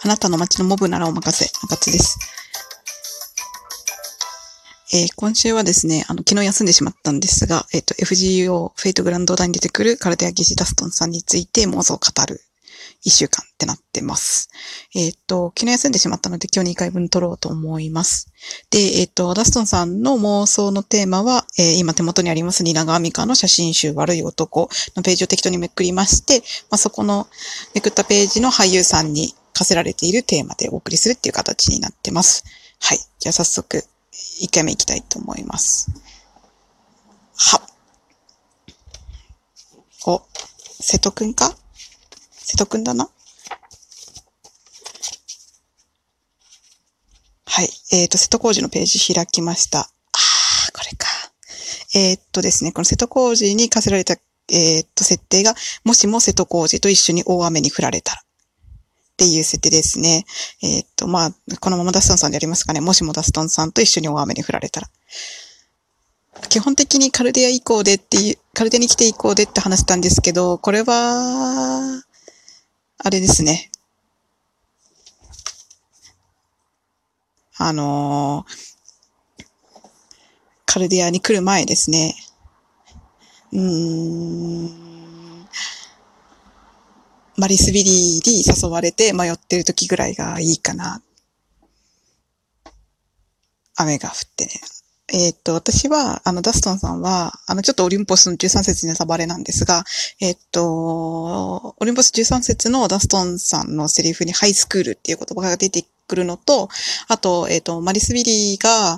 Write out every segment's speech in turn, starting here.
あなたの街のモブならお任せ。中津です。今週はですね、昨日休んでしまったんですが、FGO、フェイトグランドオーダーに出てくるカルデアギシダストンさんについて妄想を語る一週間ってなってます。昨日休んでしまったので今日2回分撮ろうと思います。で、ダストンさんの妄想のテーマは、今手元にあります蜷川実花の写真集悪い男のページを適当にめくりまして、そこのめくったページの俳優さんに課せられているテーマでお送りするっていう形になってます。はい。じゃあ早速、1回目いきたいと思います。瀬戸くんか？瀬戸くんだな。はい。瀬戸康史のページ開きました。これか。ですね、この瀬戸康史に課せられた、設定が、もしも瀬戸康史と一緒に大雨に降られたら。っていう設定ですね。このままダストンさんでやりますかね。もしもダストンさんと一緒に大雨に降られたら。基本的にカルデアに来て以降でって話したんですけど、これは、あれですね。カルデアに来る前ですね。マリスビリーに誘われて迷ってる時ぐらいがいいかな。雨が降ってね。私は、ダストンさんは、ちょっとオリンポスの13節にネタバレなんですが、オリンポス13節のダストンさんのセリフにハイスクールっていう言葉が出てくるのと、あと、マリスビリーが、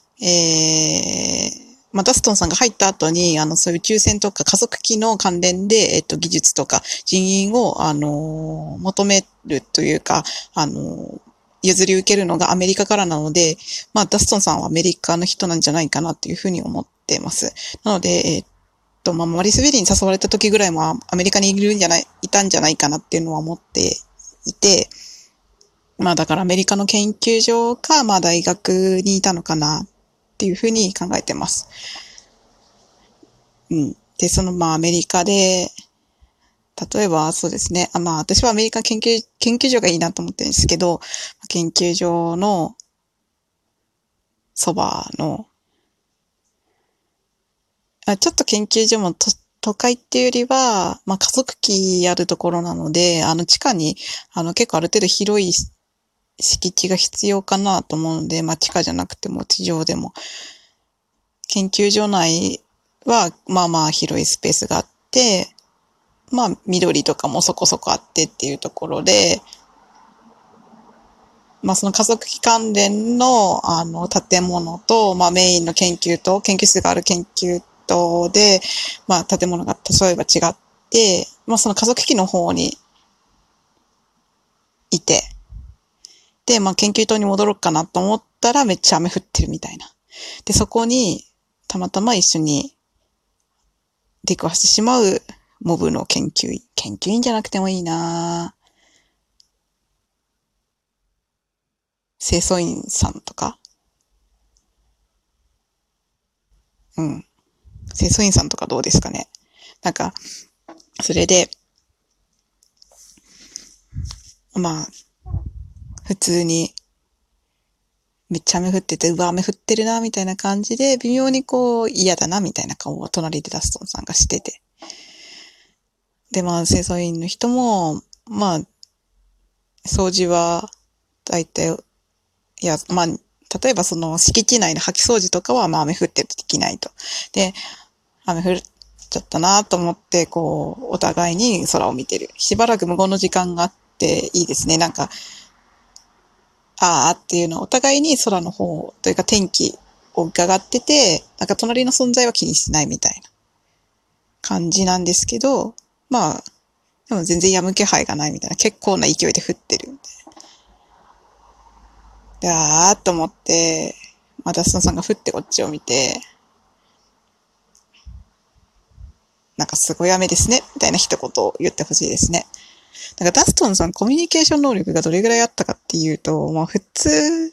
ダストンさんが入った後に、そういう宇宙船とか加速器の関連で、技術とか人員を、求めるというか、譲り受けるのがアメリカからなので、ダストンさんはアメリカの人なんじゃないかなというふうに思っています。なので、マリスビリーに誘われた時ぐらいもアメリカにいたんじゃないかなっていうのは思っていて、だからアメリカの研究所か、大学にいたのかなっていうふうに考えてます。で、アメリカで、例えば、そうですね。私はアメリカ研究所がいいなと思ってるんですけど、研究所のそばの、ちょっと研究所も都会っていうよりは、加速器あるところなので、地下に、結構ある程度広い敷地が必要かなと思うので、地下じゃなくても地上でも、研究所内は、広いスペースがあって、緑とかもそこそこあってっていうところで、その加速器関連の、建物と、メインの研究室がある研究棟で、建物が例えば違って、その加速器の方にいて、で、研究棟に戻ろうかなと思ったらめっちゃ雨降ってるみたいな。で、そこに、たまたま一緒に出くわしてしまうモブの研究員じゃなくてもいいなぁ。清掃員さんとか。清掃員さんとかどうですかね。それで、普通に、めっちゃ雨降ってて、雨降ってるな、みたいな感じで、微妙に嫌だな、みたいな顔を隣でダストンさんがしてて。で、清掃員の人も、掃除は、大体、例えばその敷地内の掃き掃除とかは、雨降ってるとできないと。で、雨降っちゃったなと思って、お互いに空を見てる。しばらく無言の時間があっていいですね。っていうのはお互いに空の方というか天気を伺ってて、隣の存在は気にしないみたいな感じなんですけど、でも全然止む気配がないみたいな、結構な勢いで降ってるみたいな。で、と思って、ダストンさんが降ってこっちを見て、すごい雨ですね、みたいな一言を言ってほしいですね。ダストンさんコミュニケーション能力がどれぐらいあったかっていうと、普通、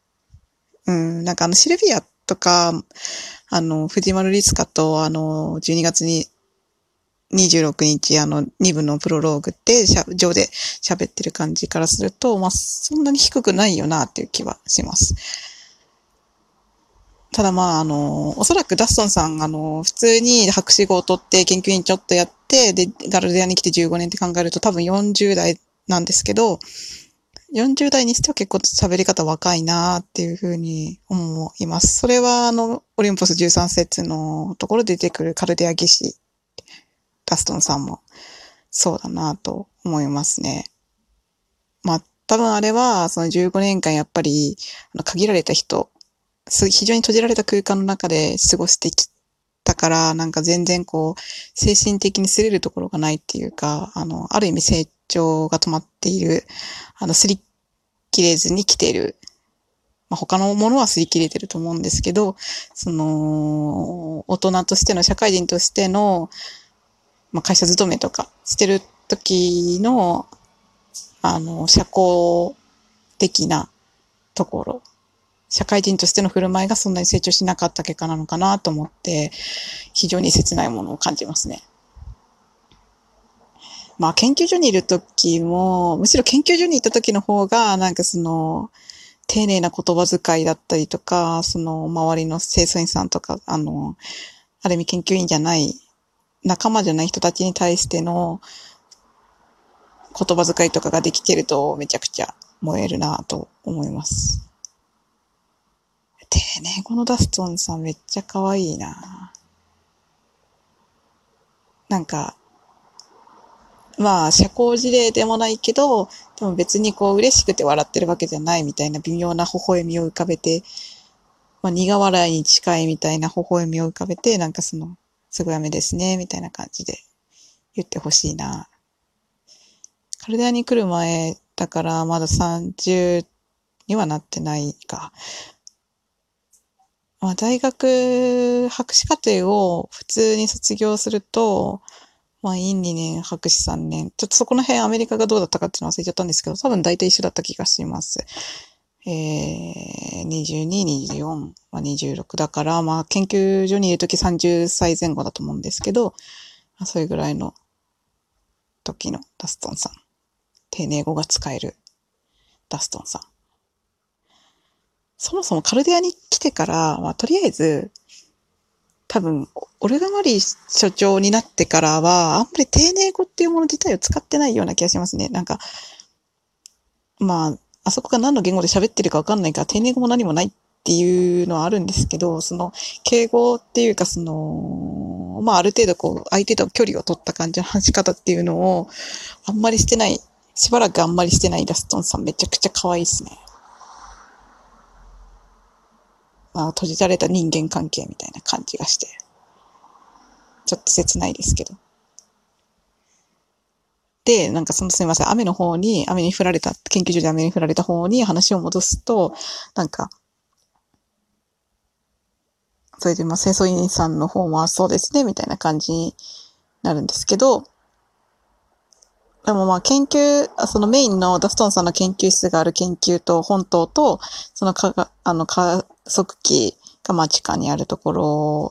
シルビアとか、藤丸律香と、12月に 26日、2部のプロローグって上で喋ってる感じからすると、まあ、そんなに低くないよなっていう気はします。ただまあ、おそらくダストンさん、普通に博士号を取って研究員ちょっとやって、で、ガルデアに来て15年って考えると多分40代なんですけど、40代にしては結構喋り方若いなーっていうふうに思います。それはオリンポス13節のところで出てくるカルデア技師、ダストンさんもそうだなと思いますね。まあ、多分あれは、その15年間やっぱり、限られた人、非常に閉じられた空間の中で過ごしてきたから、なんか全然こう、精神的に擦れるところがないっていうか、ある意味成長が止まっている、擦り切れずに来ている。まあ、他のものは擦り切れてると思うんですけど、大人としての、社会人としての、まあ、会社勤めとかしてる時の、社交的なところ、社会人としての振る舞いがそんなに成長しなかった結果なのかなと思って、非常に切ないものを感じますね。まあ、研究所にいる時も、むしろ研究所に行った時の方が、なんか丁寧な言葉遣いだったりとか、周りの清掃員さんとか、ある意味研究員じゃない、仲間じゃない人たちに対しての言葉遣いとかができてるとめちゃくちゃ燃えるなと思います。丁寧語のダストンさんめっちゃ可愛いな。なんか、まあ、社交辞令でもないけど、でも別にこう嬉しくて笑ってるわけじゃないみたいな微妙な微笑みを浮かべて、まあ苦笑いに近いみたいな微笑みを浮かべて、なんかすごい雨ですね、みたいな感じで言ってほしいな。カルデアに来る前だからまだ30にはなってないか。まあ大学、博士課程を普通に卒業すると、まあ、院2年、博士3年。ちょっとそこの辺アメリカがどうだったかっていうの忘れちゃったんですけど、多分大体一緒だった気がします。22、24、まあ、26だから、まあ、研究所にいるとき30歳前後だと思うんですけど、まあ、それぐらいの時のダストンさん。丁寧語が使えるダストンさん。そもそもカルデアに来てから、まあ、とりあえず、多分、オルガマリー所長になってからは、あんまり丁寧語っていうもの自体を使ってないような気がしますね。なんか、まあ、あそこが何の言語で喋ってるかわかんないから、丁寧語も何もないっていうのはあるんですけど、敬語っていうかまあ、ある程度こう、相手と距離を取った感じの話し方っていうのを、あんまりしてない、しばらくあんまりしてないダストンさんめちゃくちゃ可愛いですね。まあ、閉じられた人間関係みたいな感じがして、ちょっと切ないですけど。で、なんかすみません、雨に降られた、研究所で雨に降られた方に話を戻すと、なんか、それでまあ清掃員さんの方もそうですね、みたいな感じになるんですけど、でもまあそのメインのダストンさんの研究室がある研究と本島と、その加速器がまあ地下にあるところ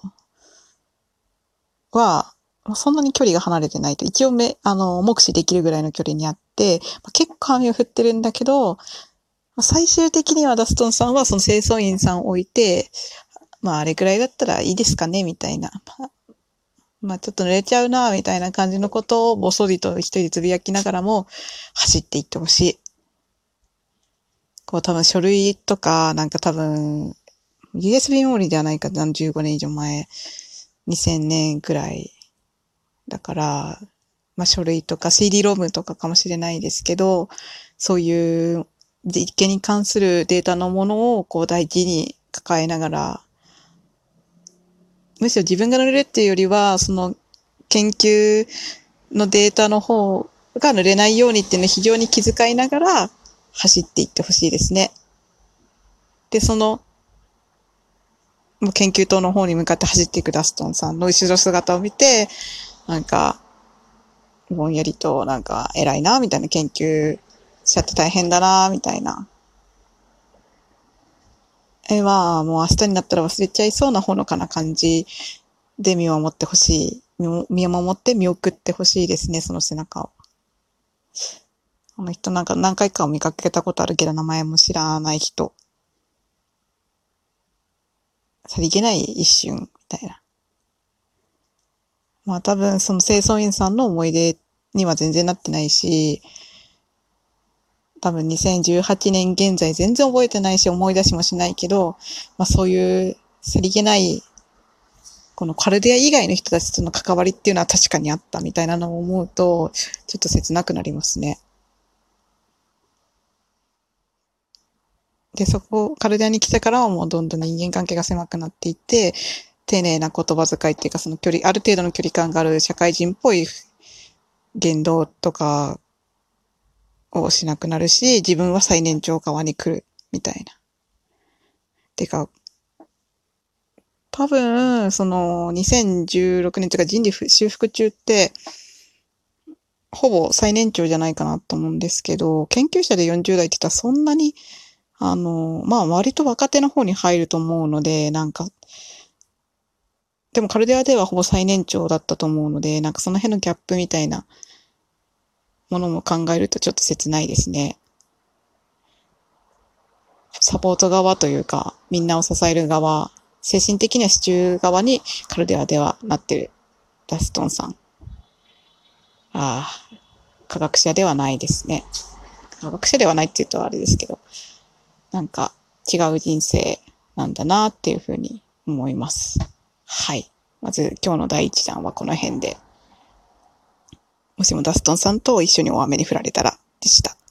は、そんなに距離が離れてないと、一応目視できるぐらいの距離にあって、結構雨を降ってるんだけど、最終的にはダストンさんはその清掃員さんを置いて、まああれくらいだったらいいですかねみたいな。まあちょっと濡れちゃうなみたいな感じのことをぼそりと一人でつぶやきながらも走っていってほしい。こう多分書類とか、なんか多分 USB メモリではないか、15年以上前、2000年くらいだから、まあ書類とか CD ロムとかかもしれないですけど、そういう実験に関するデータのものをこう大事に抱えながら、むしろ自分が濡れるっていうよりは、その研究のデータの方が濡れないようにっていうのを非常に気遣いながら走っていってほしいですね。で、研究棟の方に向かって走っていくダストンさんの後ろ姿を見て、なんか、ぼんやりとなんか偉いな、みたいな研究しちゃって大変だな、みたいな。まあ、もう明日になったら忘れちゃいそうなほのかな感じで見守ってほしい見守って見送ってほしいですね、その背中を。この人なんか何回か見かけたことあるけど名前も知らない人。さりげない一瞬、みたいな。まあ多分その清掃員さんの思い出には全然なってないし、多分2018年現在全然覚えてないし思い出しもしないけど、まあそういうさりげないこのカルデア以外の人たちとの関わりっていうのは確かにあったみたいなのを思うと、ちょっと切なくなりますね。で、カルデアに来てからはもうどんどん人間関係が狭くなっていって、丁寧な言葉遣いっていうかそのある程度の距離感がある社会人っぽい言動とかをしなくなるし、自分は最年長側に来るみたいな。てか、多分、その2016年というか人類修復中って、ほぼ最年長じゃないかなと思うんですけど、研究者で40代って言ったらそんなに、まあ割と若手の方に入ると思うので、なんか、でもカルデアではほぼ最年長だったと思うので、なんかその辺のギャップみたいなものも考えるとちょっと切ないですね。サポート側というか、みんなを支える側、精神的には支柱側にカルデアではなってるダストンさん。ああ、科学者ではないですね。科学者ではないって言うとあれですけど、なんか違う人生なんだなっていうふうに思います。はい。まず今日の第一弾はこの辺で、もしもダストンさんと一緒に大雨に降られたらでした。